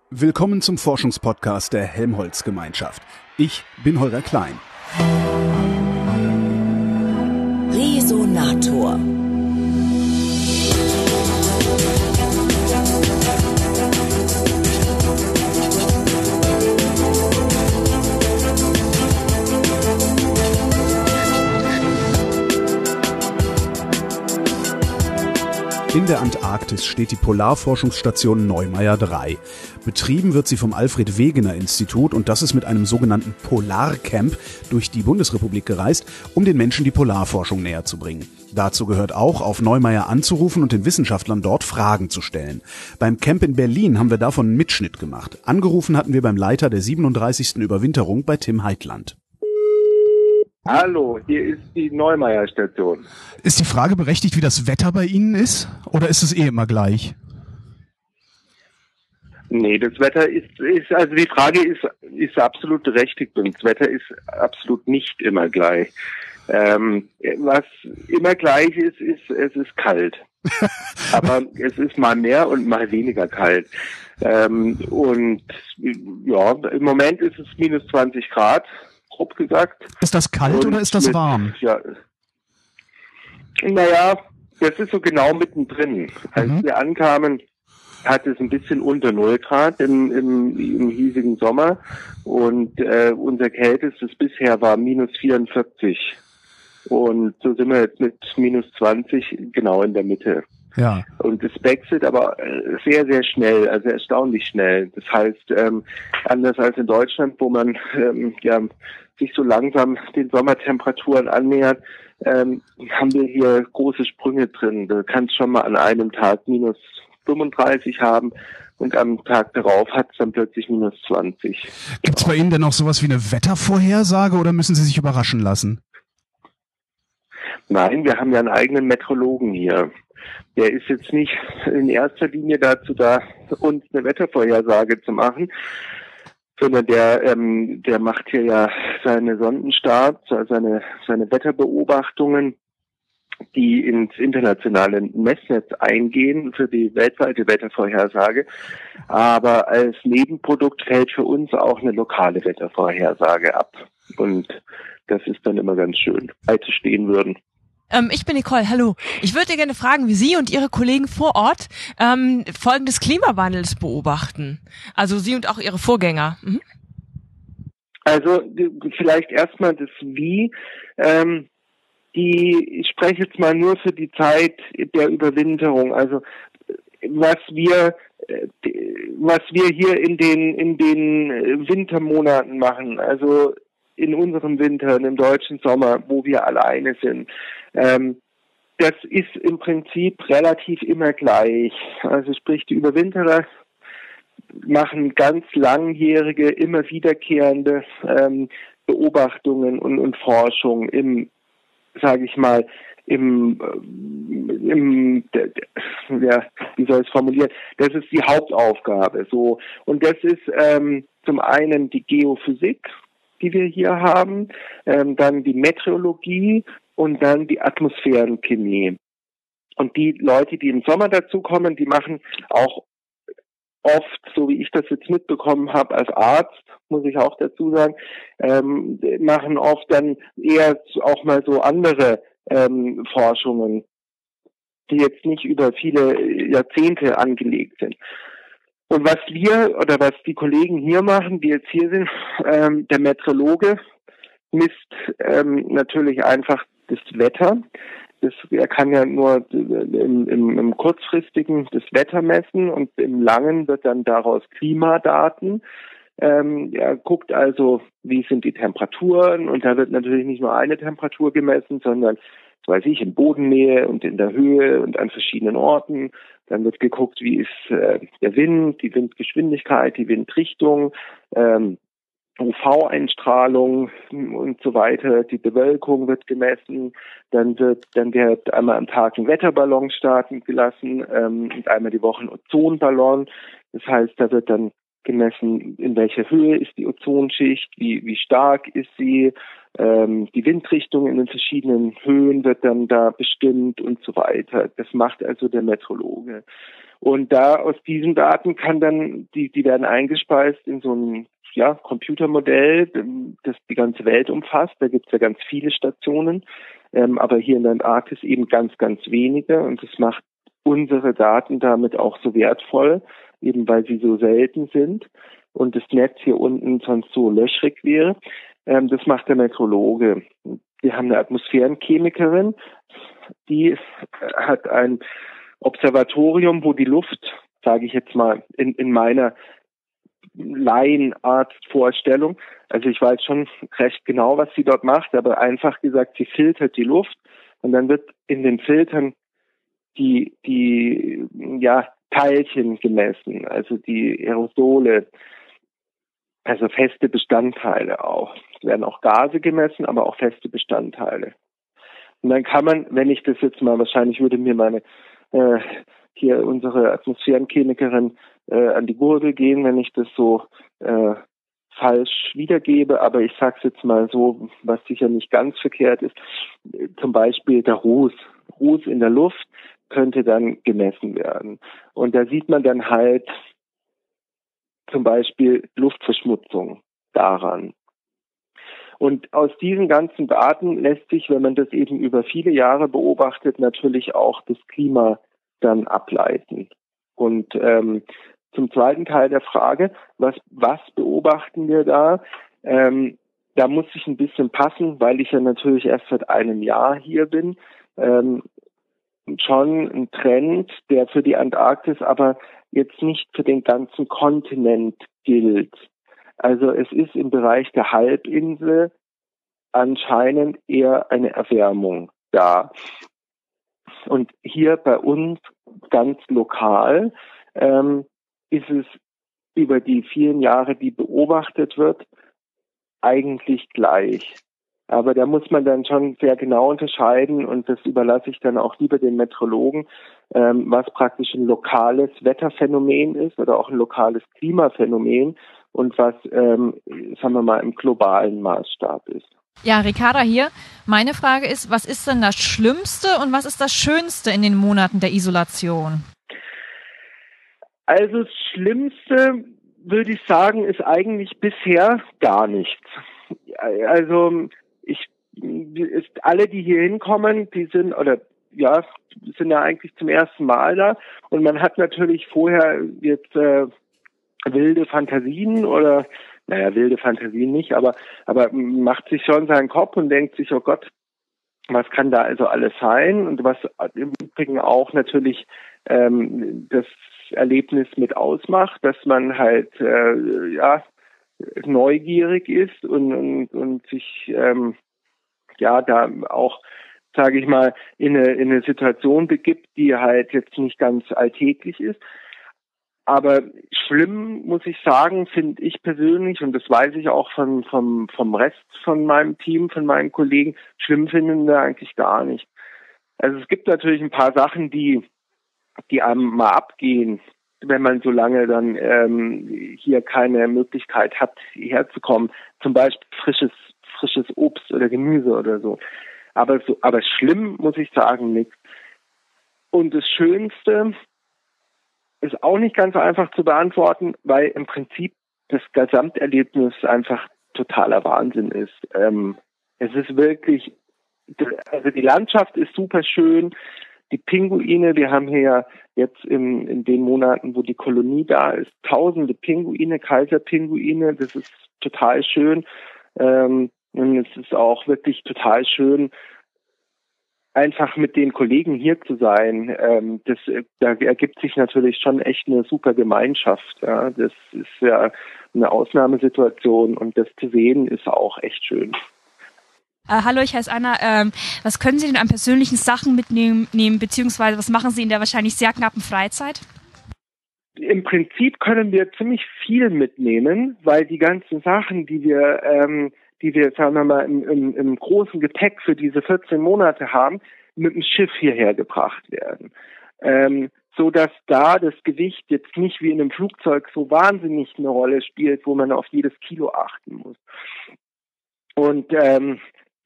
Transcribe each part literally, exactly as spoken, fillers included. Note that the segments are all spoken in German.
Willkommen zum Forschungspodcast der Helmholtz-Gemeinschaft. Ich bin Holger Klein. Resonator. In der Antarktis steht die Polarforschungsstation Neumayer drei. Betrieben wird sie vom Alfred-Wegener-Institut und das ist mit einem sogenannten Polarcamp durch die Bundesrepublik gereist, um den Menschen die Polarforschung näher zu bringen. Dazu gehört auch, auf Neumayer anzurufen und den Wissenschaftlern dort Fragen zu stellen. Beim Camp in Berlin haben wir davon einen Mitschnitt gemacht. Angerufen hatten wir beim Leiter der siebenunddreißigsten Überwinterung bei Tim Heitland. Hallo, hier ist die Neumayer-Station. Ist die Frage berechtigt, wie das Wetter bei Ihnen ist? Oder ist es eh immer gleich? Nee, das Wetter ist, ist also die Frage ist, ist absolut berechtigt und das Wetter ist absolut nicht immer gleich. Ähm, was immer gleich ist, ist, es ist kalt. Aber es ist mal mehr und mal weniger kalt. Ähm, und ja, im Moment ist es minus zwanzig Grad. Grob gesagt. Ist das kalt und oder ist das mit, warm? Ja, naja, das ist so genau mittendrin. Als mhm. wir ankamen, hat es ein bisschen unter null Grad im, im, im hiesigen Sommer und äh, unser kältestes bisher war minus vierundvierzig. Und so sind wir jetzt mit minus zwanzig genau in der Mitte. Ja. Und es wechselt aber sehr, sehr schnell, also erstaunlich schnell. Das heißt, ähm, anders als in Deutschland, wo man ähm, ja sich so langsam den Sommertemperaturen annähert, ähm, haben wir hier große Sprünge drin. Du kannst schon mal an einem Tag minus fünfunddreißig haben und am Tag darauf hat es dann plötzlich minus zwanzig. Gibt es bei Ihnen denn noch sowas wie eine Wettervorhersage oder müssen Sie sich überraschen lassen? Nein, wir haben ja einen eigenen Meteorologen hier. Der ist jetzt nicht in erster Linie dazu da, uns eine Wettervorhersage zu machen, sondern der ähm, der macht hier ja seine Sondenstarts, seine seine Wetterbeobachtungen, die ins internationale Messnetz eingehen für die weltweite Wettervorhersage. Aber als Nebenprodukt fällt für uns auch eine lokale Wettervorhersage ab. Und das ist dann immer ganz schön, weil sie stehen würden. Ähm, ich bin Nicole, hallo. Ich würde gerne fragen, wie Sie und Ihre Kollegen vor Ort ähm, Folgen des Klimawandels beobachten. Also Sie und auch Ihre Vorgänger. Mhm. Also vielleicht erstmal das Wie. Ähm, die, ich spreche jetzt mal nur für die Zeit der Überwinterung. Also was wir was wir hier in den in den Wintermonaten machen. Also in unserem Winter, im deutschen Sommer, wo wir alleine sind. Ähm, das ist im Prinzip relativ immer gleich. Also sprich, die Überwinterer machen ganz langjährige, immer wiederkehrende ähm, Beobachtungen und, und Forschung im, sage ich mal, im, im ja, wie soll ich es formulieren? Das ist die Hauptaufgabe. So, und das ist ähm, zum einen die Geophysik, die wir hier haben, ähm, dann die Meteorologie und dann die Atmosphärenchemie. Und die Leute, die im Sommer dazukommen, die machen auch oft, so wie ich das jetzt mitbekommen habe als Arzt, muss ich auch dazu sagen, ähm, machen oft dann eher auch mal so andere ähm, Forschungen, die jetzt nicht über viele Jahrzehnte angelegt sind. Und was wir oder was die Kollegen hier machen, die jetzt hier sind, ähm, der Meteorologe misst ähm, natürlich einfach das Wetter. Das, er kann ja nur im, im, im kurzfristigen das Wetter messen und im langen wird dann daraus Klimadaten. Ähm, er guckt also, wie sind die Temperaturen und da wird natürlich nicht nur eine Temperatur gemessen, sondern weiß ich, in Bodennähe und in der Höhe und an verschiedenen Orten. Dann wird geguckt, wie ist äh, der Wind, die Windgeschwindigkeit, die Windrichtung, ähm, U V-Einstrahlung und so weiter. Die Bewölkung wird gemessen. Dann wird dann wird einmal am Tag ein Wetterballon starten gelassen ähm, und einmal die Woche ein Ozonballon. Das heißt, da wird dann gemessen, in welcher Höhe ist die Ozonschicht, wie, wie stark ist sie, ähm, die Windrichtung in den verschiedenen Höhen wird dann da bestimmt und so weiter. Das macht also der Meteorologe. Und da aus diesen Daten kann dann, die, die werden eingespeist in so ein ja, Computermodell, das die ganze Welt umfasst. Da gibt es ja ganz viele Stationen, ähm, aber hier in der Antarktis eben ganz, ganz wenige. Und das macht unsere Daten damit auch so wertvoll, eben weil sie so selten sind und das Netz hier unten sonst so löchrig wäre. Ähm, das macht der Meteorologe. Wir haben eine Atmosphärenchemikerin, die hat ein Observatorium, wo die Luft, sage ich jetzt mal, in, in meiner Laienartvorstellung, also ich weiß schon recht genau, was sie dort macht, aber einfach gesagt, sie filtert die Luft und dann wird in den Filtern die, die, ja, Teilchen gemessen, also die Aerosole, also feste Bestandteile auch. Es werden auch Gase gemessen, aber auch feste Bestandteile. Und dann kann man, wenn ich das jetzt mal, wahrscheinlich würde mir meine äh, hier unsere Atmosphärenchemikerin äh, an die Gurgel gehen, wenn ich das so äh, falsch wiedergebe, aber ich sage es jetzt mal so, was sicher nicht ganz verkehrt ist, zum Beispiel der Ruß. Ruß in der Luft könnte dann gemessen werden. Und da sieht man dann halt zum Beispiel Luftverschmutzung daran. Und aus diesen ganzen Daten lässt sich, wenn man das eben über viele Jahre beobachtet, natürlich auch das Klima dann ableiten. Und ähm, zum zweiten Teil der Frage, was, was beobachten wir da? Ähm, da muss ich ein bisschen passen, weil ich ja natürlich erst seit einem Jahr hier bin. Ähm, schon ein Trend, der für die Antarktis aber jetzt nicht für den ganzen Kontinent gilt. Also es ist im Bereich der Halbinsel anscheinend eher eine Erwärmung da. Und hier bei uns ganz lokal ähm, ist es über die vielen Jahre, die beobachtet wird, eigentlich gleich. Aber da muss man dann schon sehr genau unterscheiden und das überlasse ich dann auch lieber den Meteorologen, ähm, was praktisch ein lokales Wetterphänomen ist oder auch ein lokales Klimaphänomen und was, ähm, sagen wir mal, im globalen Maßstab ist. Ja, Ricarda hier. Meine Frage ist, was ist denn das Schlimmste und was ist das Schönste in den Monaten der Isolation? Also das Schlimmste, würde ich sagen, ist eigentlich bisher gar nichts. Also ich, ist, alle, die hier hinkommen, die sind, oder ja, sind ja eigentlich zum ersten Mal da und man hat natürlich vorher jetzt äh, wilde Fantasien oder, naja, wilde Fantasien nicht, aber, aber macht sich schon seinen Kopf und denkt sich, oh Gott, was kann da also alles sein? Und was im Übrigen auch natürlich ähm, das Erlebnis mit ausmacht, dass man halt, äh, ja, neugierig ist und, und, und sich, ähm, ja, da auch, sage ich mal, in eine, in eine Situation begibt, die halt jetzt nicht ganz alltäglich ist. Aber schlimm, muss ich sagen, finde ich persönlich, und das weiß ich auch von, vom, vom Rest von meinem Team, von meinen Kollegen, schlimm finden wir eigentlich gar nicht. Also es gibt natürlich ein paar Sachen, die, die einem mal abgehen, wenn man so lange dann ähm, hier keine Möglichkeit hat, hierher zu kommen. Zum Beispiel frisches, frisches Obst oder Gemüse oder so. Aber so, aber schlimm, muss ich sagen, nichts. Und das Schönste ist auch nicht ganz so einfach zu beantworten, weil im Prinzip das Gesamterlebnis einfach totaler Wahnsinn ist. Ähm, es ist wirklich, also die Landschaft ist super schön. Die Pinguine, wir haben hier ja jetzt in, in den Monaten, wo die Kolonie da ist, tausende Pinguine, Kaiserpinguine. Das ist total schön. Ähm, und es ist auch wirklich total schön, einfach mit den Kollegen hier zu sein. Ähm, das, da ergibt sich natürlich schon echt eine super Gemeinschaft. Ja. Das ist ja eine Ausnahmesituation und das zu sehen ist auch echt schön. Äh, hallo, ich heiße Anna. Ähm, was können Sie denn an persönlichen Sachen mitnehmen, nehmen, beziehungsweise was machen Sie in der wahrscheinlich sehr knappen Freizeit? Im Prinzip können wir ziemlich viel mitnehmen, weil die ganzen Sachen, die wir, ähm, die wir, sagen wir mal, im, im, im großen Gepäck für diese vierzehn Monate haben, mit dem Schiff hierher gebracht werden. Ähm, so dass da das Gewicht jetzt nicht wie in einem Flugzeug so wahnsinnig eine Rolle spielt, wo man auf jedes Kilo achten muss. Und ähm,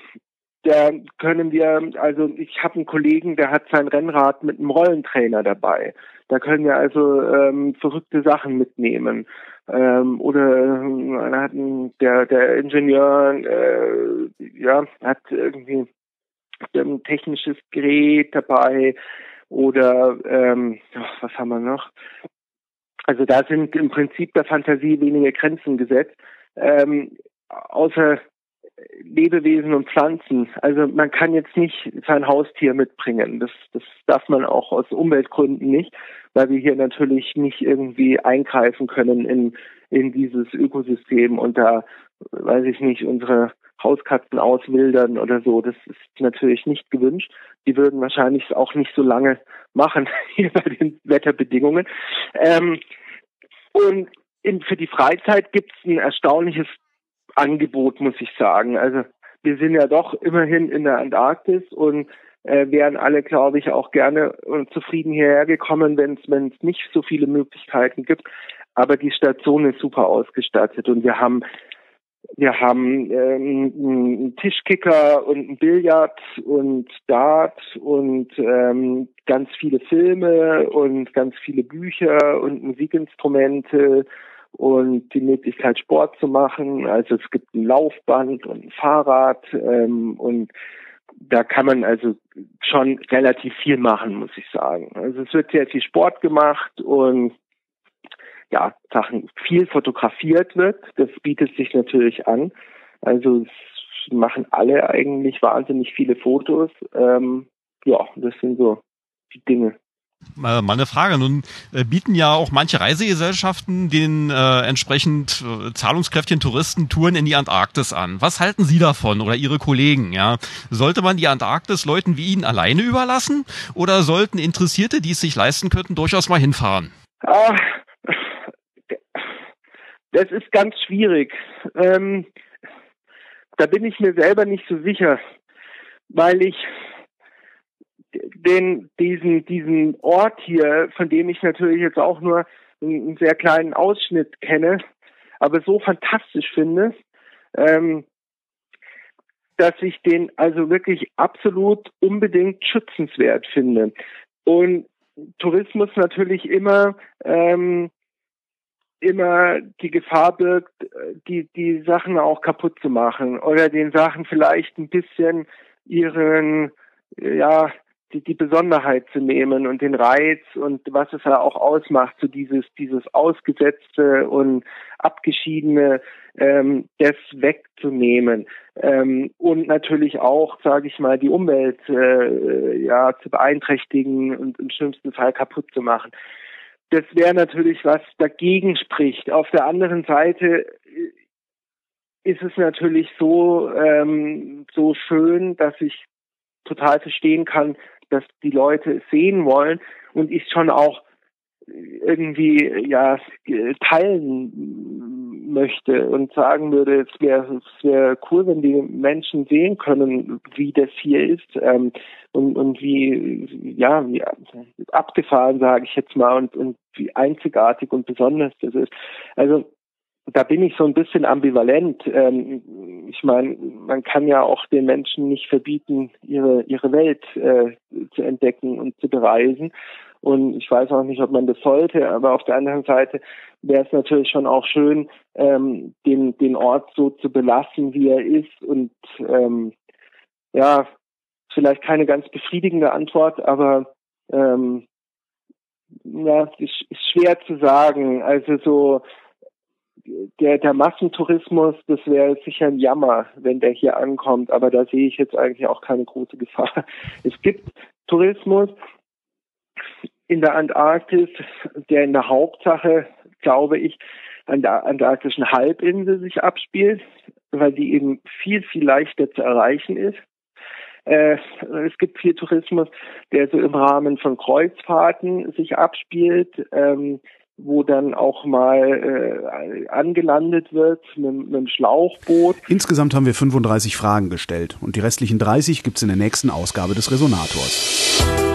da können wir, also ich habe einen Kollegen, der hat sein Rennrad mit einem Rollentrainer dabei. Da können wir also ähm, verrückte Sachen mitnehmen. Ähm, oder einer hat einen, der der Ingenieur äh, ja hat irgendwie ein technisches Gerät dabei. Oder ähm, was haben wir noch? Also da sind im Prinzip der Fantasie wenige Grenzen gesetzt. Ähm, außer Lebewesen und Pflanzen. Also man kann jetzt nicht sein Haustier mitbringen. Das, das darf man auch aus Umweltgründen nicht, weil wir hier natürlich nicht irgendwie eingreifen können in, in dieses Ökosystem und da, weiß ich nicht, unsere Hauskatzen auswildern oder so. Das ist natürlich nicht gewünscht. Die würden wahrscheinlich auch nicht so lange machen hier bei den Wetterbedingungen. Ähm, und in, für die Freizeit gibt es ein erstaunliches Angebot, muss ich sagen. Also wir sind ja doch immerhin in der Antarktis und äh, wären alle, glaube ich, auch gerne und zufrieden hierher gekommen, wenn es wenn es nicht so viele Möglichkeiten gibt. Aber die Station ist super ausgestattet und wir haben wir haben ähm, einen Tischkicker und einen Billard und Dart und ähm, ganz viele Filme und ganz viele Bücher und Musikinstrumente und die Möglichkeit, Sport zu machen. Also es gibt ein Laufband und ein Fahrrad ähm, und da kann man also schon relativ viel machen, muss ich sagen. Also es wird sehr viel Sport gemacht und ja, Sachen viel fotografiert wird. Das bietet sich natürlich an. Also es machen alle eigentlich wahnsinnig viele Fotos. Ähm, ja, das sind so die Dinge. Mal eine Frage. Nun äh, bieten ja auch manche Reisegesellschaften den äh, entsprechend äh, zahlungskräftigen Touristen Touren in die Antarktis an. Was halten Sie davon oder Ihre Kollegen? Ja, sollte man die Antarktis Leuten wie Ihnen alleine überlassen oder sollten Interessierte, die es sich leisten könnten, durchaus mal hinfahren? Ah, das ist ganz schwierig. Ähm, da bin ich mir selber nicht so sicher, weil ich den diesen diesen Ort hier, von dem ich natürlich jetzt auch nur einen sehr kleinen Ausschnitt kenne, aber so fantastisch finde, ähm, dass ich den also wirklich absolut unbedingt schützenswert finde. Und Tourismus natürlich immer ähm, immer die Gefahr birgt, die die Sachen auch kaputt zu machen oder den Sachen vielleicht ein bisschen ihren ja Die, die Besonderheit zu nehmen und den Reiz und was es ja auch ausmacht, so dieses dieses Ausgesetzte und Abgeschiedene, ähm, das wegzunehmen ähm, und natürlich auch, sage ich mal, die Umwelt äh, ja zu beeinträchtigen und im schlimmsten Fall kaputt zu machen. Das wäre natürlich, was dagegen spricht. Auf der anderen Seite ist es natürlich so ähm, so schön, dass ich total verstehen kann, dass die Leute es sehen wollen und ich schon auch irgendwie ja teilen möchte und sagen würde, es wäre es wäre cool, wenn die Menschen sehen können, wie das hier ist ähm, und und wie ja wie abgefahren, sage ich jetzt mal, und und wie einzigartig und besonders das ist. Also da bin ich so ein bisschen ambivalent. Ähm, ich meine, man kann ja auch den Menschen nicht verbieten, ihre ihre Welt äh, zu entdecken und zu bereisen. Und ich weiß auch nicht, ob man das sollte, aber auf der anderen Seite wäre es natürlich schon auch schön, ähm, den den Ort so zu belassen, wie er ist. Und ähm, ja, vielleicht keine ganz befriedigende Antwort, aber ähm, ja, es ist, ist schwer zu sagen. Also so Der, der Massentourismus, das wäre sicher ein Jammer, wenn der hier ankommt, aber da sehe ich jetzt eigentlich auch keine große Gefahr. Es gibt Tourismus in der Antarktis, der in der Hauptsache, glaube ich, an der antarktischen Halbinsel sich abspielt, weil die eben viel, viel leichter zu erreichen ist. Äh, es gibt viel Tourismus, der so im Rahmen von Kreuzfahrten sich abspielt, ähm, wo dann auch mal äh, angelandet wird mit, mit einem Schlauchboot. Insgesamt haben wir fünfunddreißig Fragen gestellt und die restlichen dreißig gibt's in der nächsten Ausgabe des Resonators.